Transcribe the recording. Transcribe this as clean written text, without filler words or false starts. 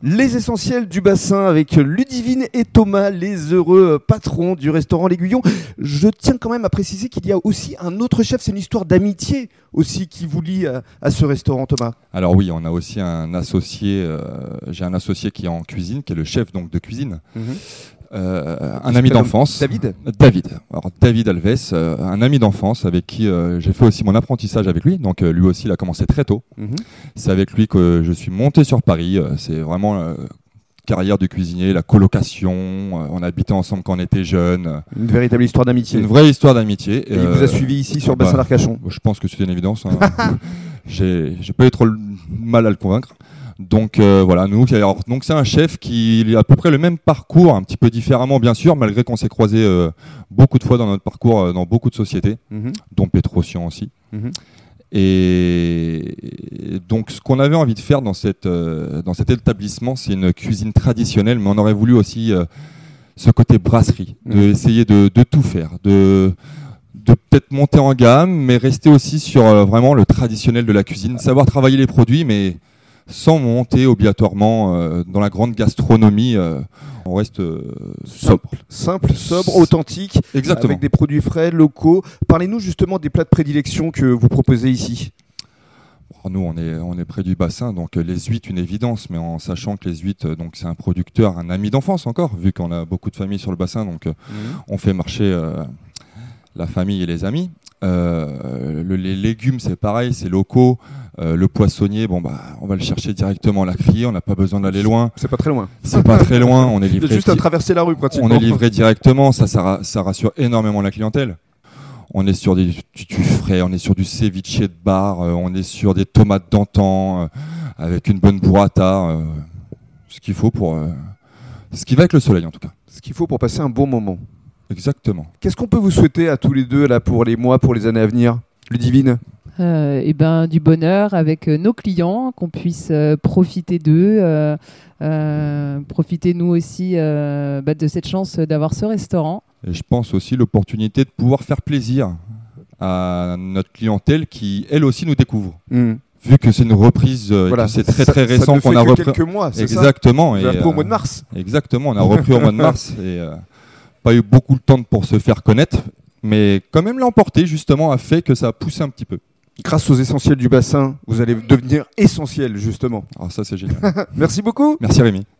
Les essentiels du bassin avec Ludivine et Thomas, les heureux patrons du restaurant L'Aiguillon. Je tiens quand même à préciser qu'il y a aussi un autre chef, c'est une histoire d'amitié aussi qui vous lie à ce restaurant, Thomas. Alors oui, on a aussi un associé, j'ai un associé qui est en cuisine, qui est le chef donc de cuisine. Un ami d'enfance. David. Alors, David Alves, un ami d'enfance avec qui j'ai fait aussi mon apprentissage avec lui. Donc lui aussi, il a commencé très tôt. C'est avec lui que je suis monté sur Paris. C'est vraiment carrière de cuisinier, la colocation. On habitait ensemble quand on était jeunes. Une véritable histoire d'amitié. Une vraie histoire d'amitié. Et il vous a suivi ici sur le bassin d'Arcachon. Je pense que c'était une évidence. Hein. J'ai pas eu trop mal à le convaincre. Donc voilà, donc c'est un chef qui a à peu près le même parcours, un petit peu différemment bien sûr, malgré qu'on s'est croisés beaucoup de fois dans notre parcours dans beaucoup de sociétés, dont Petrosian aussi. Et donc ce qu'on avait envie de faire dans cet établissement, c'est une cuisine traditionnelle, mais on aurait voulu aussi ce côté brasserie, d'essayer de tout faire, de peut-être monter en gamme, mais rester aussi sur vraiment le traditionnel de la cuisine, savoir travailler les produits, mais sans monter obligatoirement dans la grande gastronomie. On reste simple, sobre, authentique, exactement, avec des produits frais, locaux. Parlez-nous justement des plats de prédilection que vous proposez ici. Nous, on est près du bassin, donc les huîtres, une évidence, mais en sachant que les huîtres, donc c'est un producteur, un ami d'enfance encore, vu qu'on a beaucoup de familles sur le bassin, donc on fait marcher la famille et les amis. Les légumes, c'est pareil, c'est locaux. Le poissonnier, on va le chercher directement à la criée, on n'a pas besoin d'aller loin. C'est pas très loin. C'est pas très loin, on est livré. Juste à traverser la rue pratiquement. On est livré directement, ça rassure énormément la clientèle. On est sur du frais, on est sur du ceviche de bar, on est sur des tomates d'antan, avec une bonne burrata, ce qu'il faut ce qui va avec le soleil en tout cas. Ce qu'il faut pour passer un bon moment. Exactement. Qu'est-ce qu'on peut vous souhaiter à tous les deux là pour les mois, pour les années à venir, Ludivine? Du bonheur avec nos clients, qu'on puisse profiter d'eux, profiter nous aussi de cette chance d'avoir ce restaurant. Et je pense aussi l'opportunité de pouvoir faire plaisir à notre clientèle qui, elle aussi, nous découvre. Vu que c'est une reprise, que c'est très récent qu'on a repris. Quelques mois, c'est exactement. Ça. Vous avez repris au mois de mars. Exactement, on a repris au mois de mars et pas eu beaucoup de temps pour se faire connaître, mais quand même l'emporter justement a fait que ça a poussé un petit peu. Grâce aux essentiels du bassin, vous allez devenir essentiel justement. Alors ça c'est génial. Merci beaucoup. Merci Rémi.